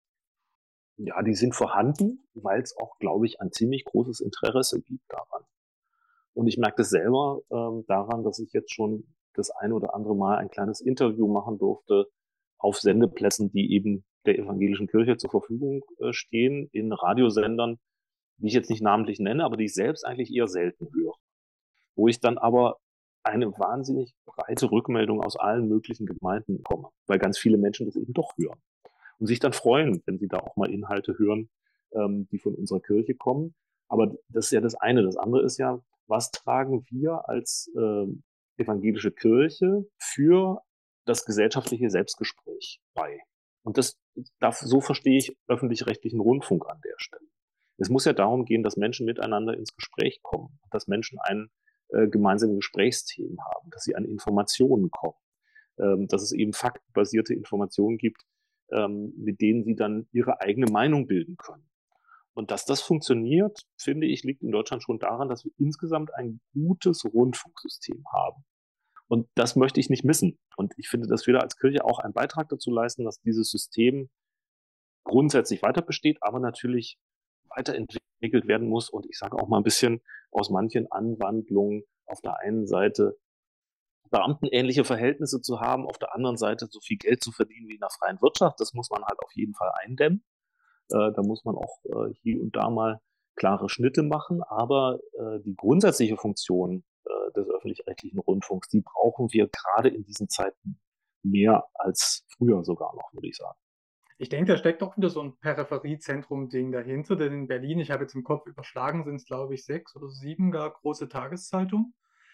Ja, die sind vorhanden, weil es auch, glaube ich, ein ziemlich großes Interesse gibt daran. Und ich merke das selber ähm, daran, dass ich jetzt schon das ein oder andere Mal ein kleines Interview machen durfte auf Sendeplätzen, die eben der evangelischen Kirche zur Verfügung äh, stehen, in Radiosendern, die ich jetzt nicht namentlich nenne, aber die ich selbst eigentlich eher selten höre. Wo ich dann aber eine wahnsinnig breite Rückmeldung aus allen möglichen Gemeinden bekomme, weil ganz viele Menschen das eben doch hören und sich dann freuen, wenn sie da auch mal Inhalte hören, ähm, die von unserer Kirche kommen. Aber das ist ja das eine. Das andere ist ja, was tragen wir als äh, evangelische Kirche für das gesellschaftliche Selbstgespräch bei? Und das, das so verstehe ich öffentlich-rechtlichen Rundfunk an der Stelle. Es muss ja darum gehen, dass Menschen miteinander ins Gespräch kommen, dass Menschen ein äh, gemeinsame Gesprächsthemen haben, dass sie an Informationen kommen, ähm, dass es eben faktenbasierte Informationen gibt, ähm, mit denen sie dann ihre eigene Meinung bilden können. Und dass das funktioniert, finde ich, liegt in Deutschland schon daran, dass wir insgesamt ein gutes Rundfunksystem haben. Und das möchte ich nicht missen. Und ich finde, dass wir da als Kirche auch einen Beitrag dazu leisten, dass dieses System grundsätzlich weiter besteht, aber natürlich weiterentwickelt werden muss. Und ich sage auch mal ein bisschen aus manchen Anwandlungen auf der einen Seite beamtenähnliche Verhältnisse zu haben, auf der anderen Seite so viel Geld zu verdienen wie in der freien Wirtschaft. Das muss man halt auf jeden Fall eindämmen. Äh, da muss man auch äh, hier und da mal klare Schnitte machen. Aber äh, die grundsätzliche Funktion äh, des öffentlich-rechtlichen Rundfunks, die brauchen wir gerade in diesen Zeiten mehr als früher sogar noch, würde ich sagen. Ich denke, da steckt auch wieder so ein Peripheriezentrum-Ding dahinter, denn in Berlin, ich habe jetzt im Kopf überschlagen, sind es glaube ich sechs oder sieben gar große Tageszeitungen.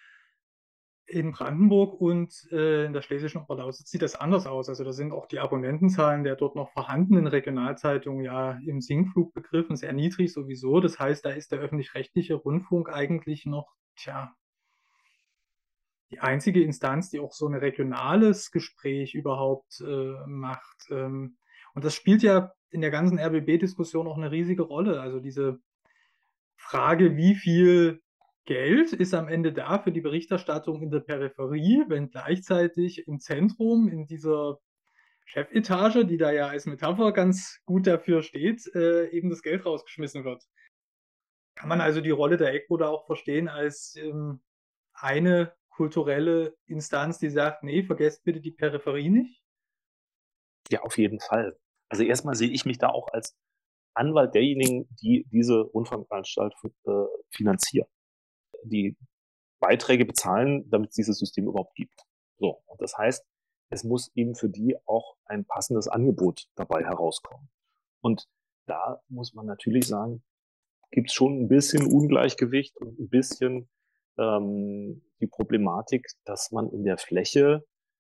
In Brandenburg und äh, in der Schlesischen Oberlausitz sieht das anders aus. Also da sind auch die Abonnentenzahlen der dort noch vorhandenen Regionalzeitungen ja im Sinkflug begriffen, sehr niedrig sowieso. Das heißt, da ist der öffentlich-rechtliche Rundfunk eigentlich noch, tja, die einzige Instanz, die auch so ein regionales Gespräch überhaupt äh, macht. Ähm, und das spielt ja in der ganzen R B B-Diskussion auch eine riesige Rolle. Also diese Frage, wie viel Geld ist am Ende da für die Berichterstattung in der Peripherie, wenn gleichzeitig im Zentrum, in dieser Chefetage, die da ja als Metapher ganz gut dafür steht, äh, eben das Geld rausgeschmissen wird. Kann man also die Rolle der EGBO da auch verstehen als ähm, eine kulturelle Instanz, die sagt, nee, vergesst bitte die Peripherie nicht? Ja, auf jeden Fall. Also erstmal sehe ich mich da auch als Anwalt derjenigen, die diese Rundfunkanstalt äh, finanzieren, die Beiträge bezahlen, damit es dieses System überhaupt gibt. So, und das heißt, es muss eben für die auch ein passendes Angebot dabei herauskommen. Und da muss man natürlich sagen, gibt es schon ein bisschen Ungleichgewicht und ein bisschen ähm, die Problematik, dass man in der Fläche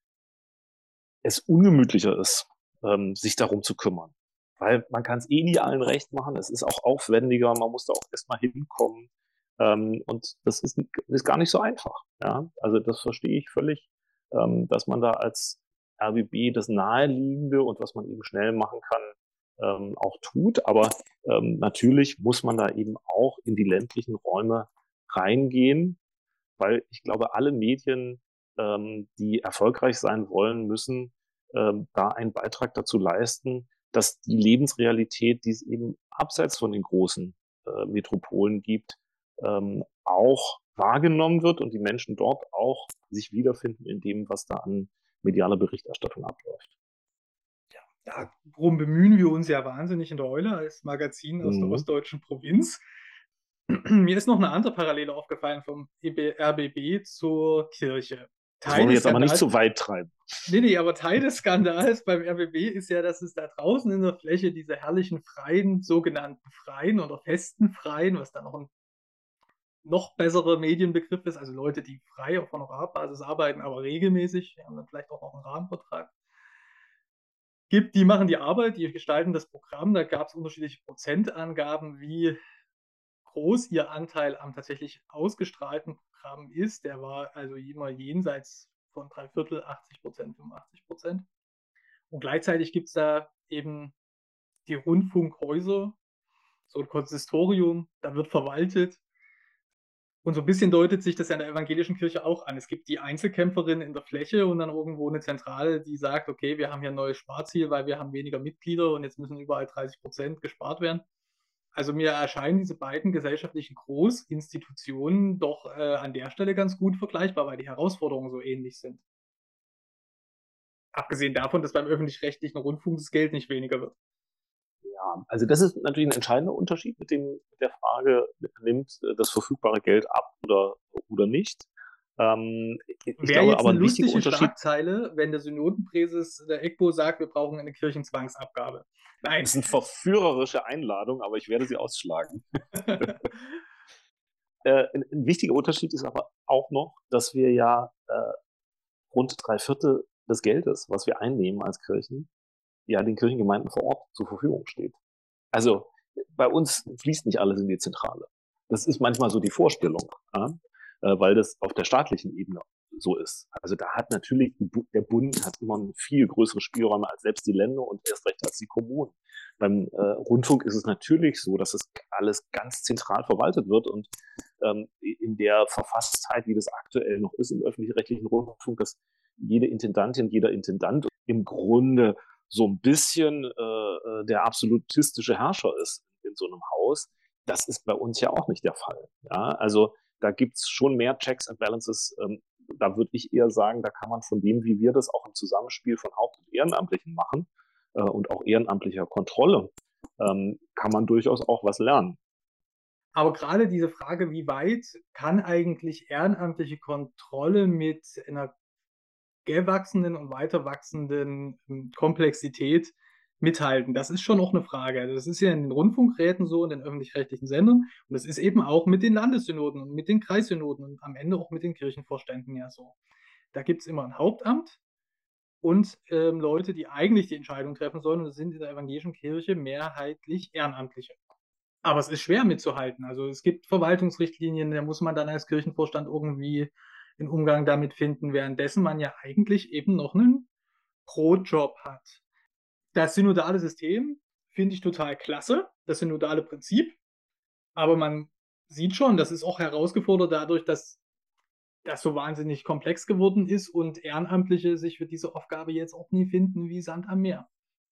es ungemütlicher ist, ähm, sich darum zu kümmern. Weil man kann es eh nie allen recht machen, es ist auch aufwendiger, man muss da auch erstmal hinkommen. Ähm, und das ist, ist gar nicht so einfach. Ja? Also das verstehe ich völlig, ähm, dass man da als R B B das Naheliegende und was man eben schnell machen kann, ähm, auch tut. Aber ähm, natürlich muss man da eben auch in die ländlichen Räume reingehen, weil ich glaube, alle Medien, ähm, die erfolgreich sein wollen, müssen ähm, da einen Beitrag dazu leisten, dass die Lebensrealität, die es eben abseits von den großen äh, Metropolen gibt, ähm, auch wahrgenommen wird und die Menschen dort auch sich wiederfinden in dem, was da an medialer Berichterstattung abläuft. Ja, darum bemühen wir uns ja wahnsinnig in der Eule als Magazin aus Mhm. der ostdeutschen Provinz. Mir ist noch eine andere Parallele aufgefallen vom R B B zur Kirche. Das wollen wir jetzt aber nicht zu weit treiben. Nee, nee, aber Teil des Skandals beim R B B ist ja, dass es da draußen in der Fläche diese herrlichen freien, sogenannten freien oder festen Freien, was dann noch ein noch besserer Medienbegriff ist, also Leute, die frei auf Honorarbasis arbeiten, aber regelmäßig, haben dann vielleicht auch noch einen Rahmenvertrag, gibt, die machen die Arbeit, die gestalten das Programm, da gab es unterschiedliche Prozentangaben, wie groß ihr Anteil am tatsächlich ausgestrahlten Programm ist. Der war also immer jenseits von drei Viertel, achtzig Prozent, fünfundachtzig Prozent. Und gleichzeitig gibt es da eben die Rundfunkhäuser, so ein Konsistorium, da wird verwaltet. Und so ein bisschen deutet sich das ja in der evangelischen Kirche auch an. Es gibt die Einzelkämpferin in der Fläche und dann irgendwo eine Zentrale, die sagt, okay, wir haben hier ein neues Sparziel, weil wir haben weniger Mitglieder und jetzt müssen überall dreißig Prozent gespart werden. Also mir erscheinen diese beiden gesellschaftlichen Großinstitutionen doch äh, an der Stelle ganz gut vergleichbar, weil die Herausforderungen so ähnlich sind. Abgesehen davon, dass beim öffentlich-rechtlichen Rundfunk das Geld nicht weniger wird. Ja, also das ist natürlich ein entscheidender Unterschied mit, dem, mit der Frage, nimmt das verfügbare Geld ab oder, oder nicht. Ähm, ich Wäre glaube, jetzt aber eine ein wichtiger lustige Unterschied, Schlagzeile, wenn der Synodenpräses der EGBO sagt, wir brauchen eine Kirchenzwangsabgabe. Nein. das ist eine verführerische Einladung, aber ich werde sie ausschlagen. äh, ein, ein wichtiger Unterschied ist aber auch noch, dass wir ja äh, rund drei Viertel des Geldes, was wir einnehmen als Kirchen, ja den Kirchengemeinden vor Ort zur Verfügung steht. Also bei uns fließt nicht alles in die Zentrale. Das ist manchmal so die Vorstellung, ja? äh, weil das auf der staatlichen Ebene so ist. Also da hat natürlich der Bund hat immer viel größere Spielräume als selbst die Länder und erst recht als die Kommunen. Beim äh, Rundfunk ist es natürlich so, dass es alles ganz zentral verwaltet wird und ähm, in der Verfasstheit, wie das aktuell noch ist im öffentlich-rechtlichen Rundfunk, dass jede Intendantin, jeder Intendant im Grunde so ein bisschen äh, der absolutistische Herrscher ist in so einem Haus. Das ist bei uns ja auch nicht der Fall. Ja? Also da gibt's schon mehr Checks and Balances. Ähm, da würde ich eher sagen, da kann man von dem, wie wir das auch im Zusammenspiel von Haupt- und Ehrenamtlichen machen äh, und auch ehrenamtlicher Kontrolle, ähm, kann man durchaus auch was lernen. Aber gerade diese Frage, wie weit kann eigentlich ehrenamtliche Kontrolle mit einer gewachsenen und weiter wachsenden Komplexität mithalten. Das ist schon auch eine Frage. Also das ist ja in den Rundfunkräten so, in den öffentlich-rechtlichen Sendern und das ist eben auch mit den Landessynoden und mit den Kreissynoden und am Ende auch mit den Kirchenvorständen ja so. Da gibt es immer ein Hauptamt und ähm, Leute, die eigentlich die Entscheidung treffen sollen, und das sind in der evangelischen Kirche mehrheitlich Ehrenamtliche. Aber es ist schwer mitzuhalten. Also es gibt Verwaltungsrichtlinien, da muss man dann als Kirchenvorstand irgendwie den Umgang damit finden, währenddessen man ja eigentlich eben noch einen Pro-Job hat. Das synodale System finde ich total klasse, das synodale Prinzip, aber man sieht schon, das ist auch herausgefordert dadurch, dass das so wahnsinnig komplex geworden ist und Ehrenamtliche sich für diese Aufgabe jetzt auch nie finden wie Sand am Meer.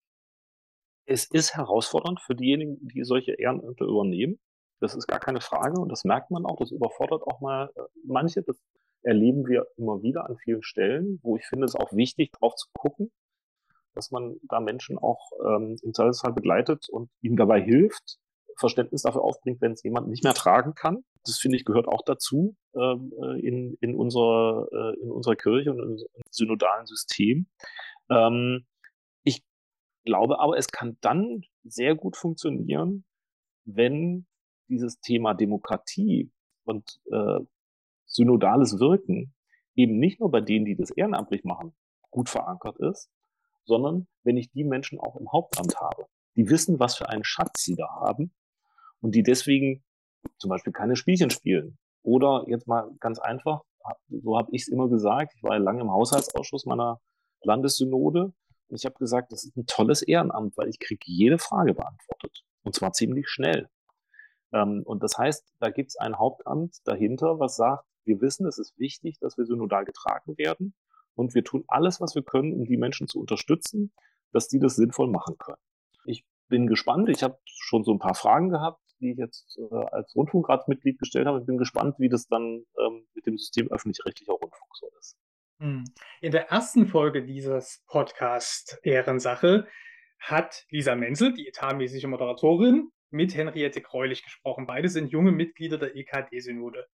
Es ist herausfordernd für diejenigen, die solche Ehrenämter übernehmen. Das ist gar keine Frage und das merkt man auch. Das überfordert auch mal äh, manche. Das erleben wir immer wieder an vielen Stellen, wo ich finde, es ist auch wichtig, drauf zu gucken, dass man da Menschen auch ähm, im Zweifelsfall begleitet und ihnen dabei hilft, Verständnis dafür aufbringt, wenn es jemand nicht mehr tragen kann. Das finde ich gehört auch dazu ähm, äh, in, in, unserer, äh, in unserer Kirche und in unserem synodalen System. Ähm, ich glaube aber, es kann dann sehr gut funktionieren, wenn dieses Thema Demokratie und äh, synodales Wirken eben nicht nur bei denen, die das ehrenamtlich machen, gut verankert ist, sondern wenn ich die Menschen auch im Hauptamt habe, die wissen, was für einen Schatz sie da haben und die deswegen zum Beispiel keine Spielchen spielen. Oder jetzt mal ganz einfach, so habe ich es immer gesagt, ich war ja lange im Haushaltsausschuss meiner Landessynode und ich habe gesagt, das ist ein tolles Ehrenamt, weil ich kriege jede Frage beantwortet und zwar ziemlich schnell. Ähm, und das heißt, da gibt es ein Hauptamt dahinter, was sagt, wir wissen, es ist wichtig, dass wir synodal getragen werden und wir tun alles, was wir können, um die Menschen zu unterstützen, dass die das sinnvoll machen können. Ich bin gespannt, ich habe schon so ein paar Fragen gehabt, die ich jetzt äh, als Rundfunkratsmitglied gestellt habe. Ich bin gespannt, wie das dann ähm, mit dem System öffentlich-rechtlicher Rundfunk so ist. Hm. In der ersten Folge dieses Podcast Ehrensache hat Lisa Menzel, die etatmäßige Moderatorin, mit Henriette Greulich gesprochen. Beide sind junge Mitglieder der E K D-Synode.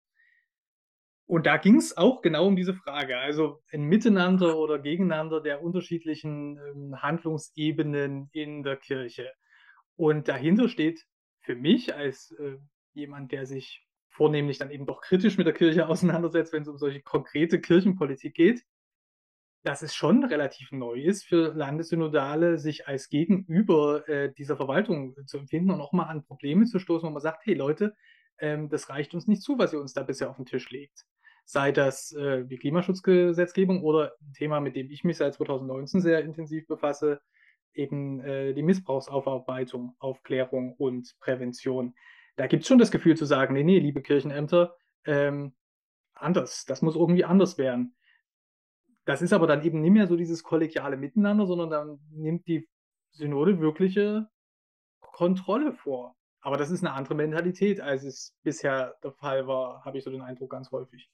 Und da ging es auch genau um diese Frage, also ein Miteinander oder Gegeneinander der unterschiedlichen ähm, Handlungsebenen in der Kirche. Und dahinter steht für mich als äh, jemand, der sich vornehmlich dann eben doch kritisch mit der Kirche auseinandersetzt, wenn es um solche konkrete Kirchenpolitik geht, dass es schon relativ neu ist für Landessynodale, sich als Gegenüber äh, dieser Verwaltung zu empfinden und auch mal an Probleme zu stoßen, wo man sagt, hey Leute, ähm, das reicht uns nicht zu, was ihr uns da bisher auf den Tisch legt. Sei das äh, die Klimaschutzgesetzgebung oder ein Thema, mit dem ich mich seit zwanzig neunzehn sehr intensiv befasse, eben äh, die Missbrauchsaufarbeitung, Aufklärung und Prävention. Da gibt es schon das Gefühl zu sagen, nee, nee, liebe Kirchenämter, ähm, anders, das muss irgendwie anders werden. Das ist aber dann eben nicht mehr so dieses kollegiale Miteinander, sondern dann nimmt die Synode wirkliche Kontrolle vor. Aber das ist eine andere Mentalität, als es bisher der Fall war, habe ich so den Eindruck ganz häufig.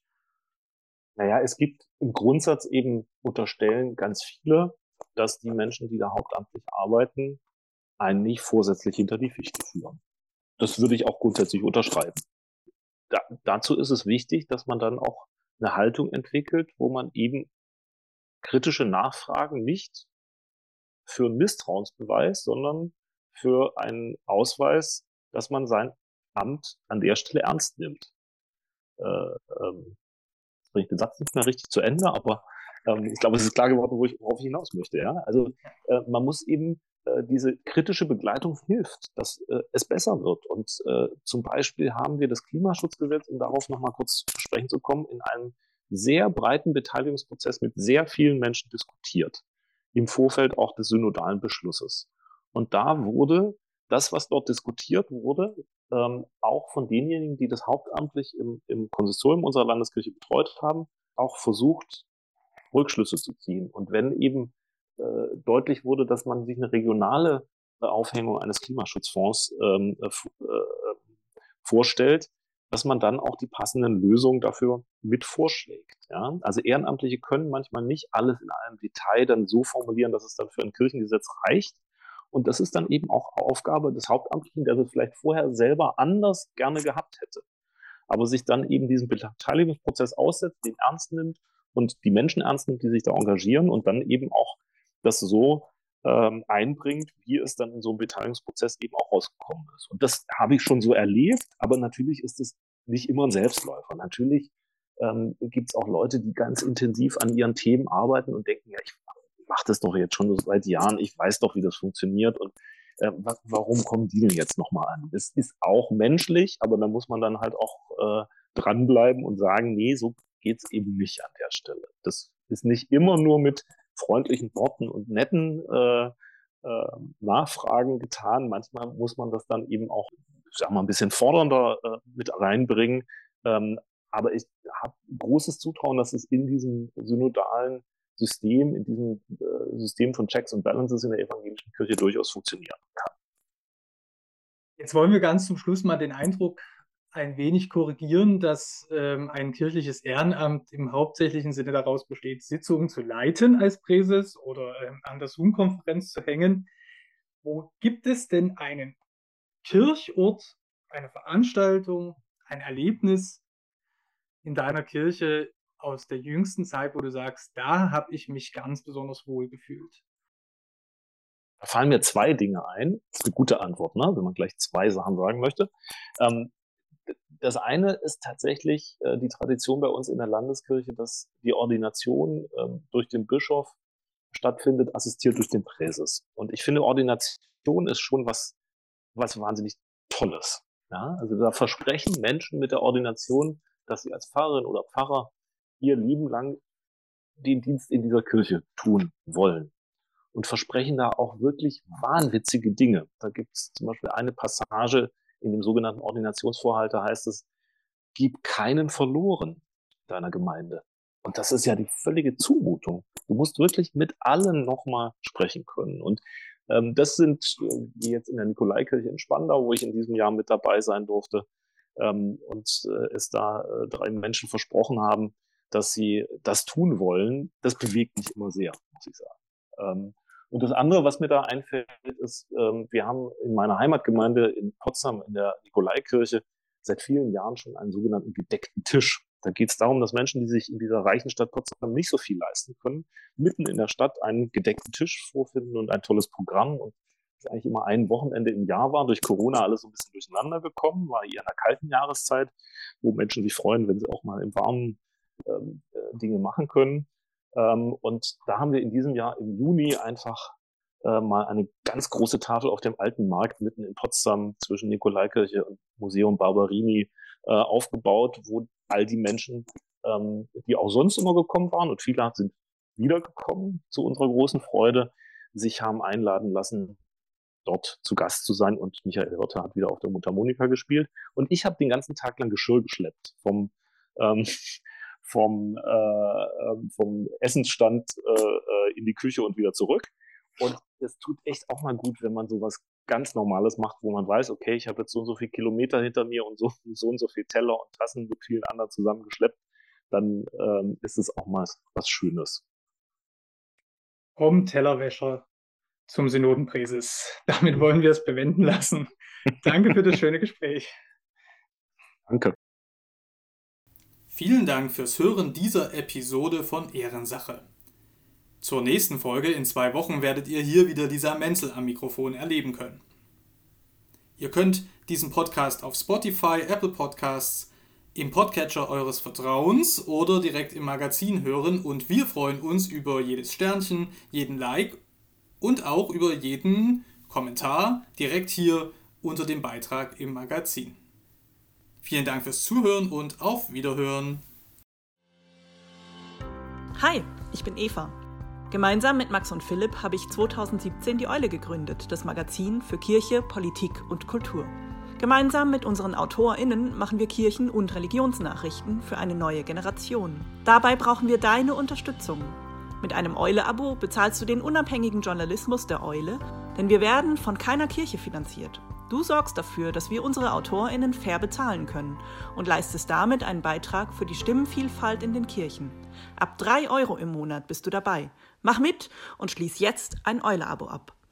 Naja, es gibt im Grundsatz eben unterstellen ganz viele, dass die Menschen, die da hauptamtlich arbeiten, einen nicht vorsätzlich hinter die Fichte führen. Das würde ich auch grundsätzlich unterschreiben. Da, dazu ist es wichtig, dass man dann auch eine Haltung entwickelt, wo man eben kritische Nachfragen nicht für einen Misstrauensbeweis, sondern für einen Ausweis, dass man sein Amt an der Stelle ernst nimmt. Äh, ähm, jetzt bringe ich den Satz nicht mehr richtig zu Ende, aber ähm, ich glaube, es ist klar geworden, wo ich, worauf ich hinaus möchte. Ja? Also äh, man muss eben äh, diese kritische Begleitung hilft, dass äh, es besser wird. Und äh, zum Beispiel haben wir das Klimaschutzgesetz, um darauf nochmal kurz zu sprechen zu kommen, in einem sehr breiten Beteiligungsprozess mit sehr vielen Menschen diskutiert, im Vorfeld auch des synodalen Beschlusses. Und da wurde das, was dort diskutiert wurde, ähm, auch von denjenigen, die das hauptamtlich im, im Konsistorium unserer Landeskirche betreut haben, auch versucht, Rückschlüsse zu ziehen. Und wenn eben äh, deutlich wurde, dass man sich eine regionale äh, Aufhängung eines Klimaschutzfonds ähm, äh, vorstellt, dass man dann auch die passenden Lösungen dafür mit vorschlägt. Ja? Also Ehrenamtliche können manchmal nicht alles in einem Detail dann so formulieren, dass es dann für ein Kirchengesetz reicht. Und das ist dann eben auch Aufgabe des Hauptamtlichen, der das vielleicht vorher selber anders gerne gehabt hätte. Aber sich dann eben diesen Beteiligungsprozess aussetzt, den ernst nimmt und die Menschen ernst nimmt, die sich da engagieren und dann eben auch das so ähm, einbringt, wie es dann in so einem Beteiligungsprozess eben auch rausgekommen ist. Und das habe ich schon so erlebt, aber natürlich ist es nicht immer ein Selbstläufer. Natürlich ähm, gibt es auch Leute, die ganz intensiv an ihren Themen arbeiten und denken, ja, ich mache das doch jetzt schon seit Jahren, ich weiß doch, wie das funktioniert und äh, warum kommen die denn jetzt nochmal an? Das ist auch menschlich, aber da muss man dann halt auch äh, dranbleiben und sagen, nee, so geht's eben nicht an der Stelle. Das ist nicht immer nur mit freundlichen Worten und netten äh, äh, Nachfragen getan. Manchmal muss man das dann eben auch sag mal, ein bisschen fordernder äh, mit reinbringen. Ähm, aber ich habe großes Zutrauen, dass es in diesem synodalen System, in diesem äh, System von Checks and Balances in der evangelischen Kirche durchaus funktionieren kann. Jetzt wollen wir ganz zum Schluss mal den Eindruck ein wenig korrigieren, dass ähm, ein kirchliches Ehrenamt im hauptsächlichen Sinne daraus besteht, Sitzungen zu leiten als Präses oder ähm, an der Zoom-Konferenz zu hängen. Wo gibt es denn einen Kirchort, eine Veranstaltung, ein Erlebnis in deiner Kirche aus der jüngsten Zeit, wo du sagst, da habe ich mich ganz besonders wohl gefühlt? Da fallen mir zwei Dinge ein. Das ist eine gute Antwort, ne? Wenn man gleich zwei Sachen sagen möchte. Ähm, das eine ist tatsächlich äh, die Tradition bei uns in der Landeskirche, dass die Ordination ähm, durch den Bischof stattfindet, assistiert durch den Präses. Und ich finde, Ordination ist schon was, was wahnsinnig Tolles. Ja? Also da versprechen Menschen mit der Ordination, dass sie als Pfarrerin oder Pfarrer ihr Leben lang den Dienst in dieser Kirche tun wollen. Und versprechen da auch wirklich wahnwitzige Dinge. Da gibt es zum Beispiel eine Passage in dem sogenannten Ordinationsvorhalte, heißt es, gib keinen verloren deiner Gemeinde. Und das ist ja die völlige Zumutung. Du musst wirklich mit allen nochmal sprechen können. Und ähm, das sind, wie jetzt in der Nikolaikirche in Spandau, wo ich in diesem Jahr mit dabei sein durfte, ähm, und äh, es da äh, drei Menschen versprochen haben, dass sie das tun wollen. Das bewegt mich immer sehr, muss ich sagen. Ähm, Und das andere, was mir da einfällt, ist, ähm, wir haben in meiner Heimatgemeinde in Potsdam in der Nikolaikirche seit vielen Jahren schon einen sogenannten gedeckten Tisch. Da geht es darum, dass Menschen, die sich in dieser reichen Stadt Potsdam nicht so viel leisten können, mitten in der Stadt einen gedeckten Tisch vorfinden und ein tolles Programm. Und das eigentlich immer ein Wochenende im Jahr war, durch Corona alles so ein bisschen durcheinander gekommen, war eher in der kalten Jahreszeit, wo Menschen sich freuen, wenn sie auch mal im Warmen ähm, äh, Dinge machen können. Ähm, und da haben wir in diesem Jahr im Juni einfach äh, mal eine ganz große Tafel auf dem Alten Markt mitten in Potsdam zwischen Nikolaikirche und Museum Barberini äh, aufgebaut, wo all die Menschen, ähm, die auch sonst immer gekommen waren, und viele sind wiedergekommen zu unserer großen Freude, sich haben einladen lassen, dort zu Gast zu sein. Und Michael Hirte hat wieder auf der Mundharmonika gespielt. Und ich habe den ganzen Tag lang Geschirr geschleppt vom ähm, vom, äh, vom Essensstand äh, in die Küche und wieder zurück. Und es tut echt auch mal gut, wenn man sowas ganz Normales macht, wo man weiß, okay, ich habe jetzt so und so viele Kilometer hinter mir und so, so und so viele Teller und Tassen mit vielen anderen zusammengeschleppt, dann ähm, ist es auch mal was Schönes. Vom Tellerwäscher zum Synodenpräses. Damit wollen wir es bewenden lassen. Danke für das schöne Gespräch. Danke. Vielen Dank fürs Hören dieser Episode von Ehrensache. Zur nächsten Folge in zwei Wochen werdet ihr hier wieder Lisa Menzel am Mikrofon erleben können. Ihr könnt diesen Podcast auf Spotify, Apple Podcasts, im Podcatcher eures Vertrauens oder direkt im Magazin hören und wir freuen uns über jedes Sternchen, jeden Like und auch über jeden Kommentar direkt hier unter dem Beitrag im Magazin. Vielen Dank fürs Zuhören und auf Wiederhören. Hi, ich bin Eva. Gemeinsam mit Max und Philipp habe ich zweitausendsiebzehn die Eule gegründet, das Magazin für Kirche, Politik und Kultur. Gemeinsam mit unseren AutorInnen machen wir Kirchen- und Religionsnachrichten für eine neue Generation. Dabei brauchen wir deine Unterstützung. Mit einem Eule-Abo bezahlst du den unabhängigen Journalismus der Eule, denn wir werden von keiner Kirche finanziert. Du sorgst dafür, dass wir unsere AutorInnen fair bezahlen können und leistest damit einen Beitrag für die Stimmenvielfalt in den Kirchen. Ab drei Euro im Monat bist du dabei. Mach mit und schließ jetzt ein Eule-Abo ab.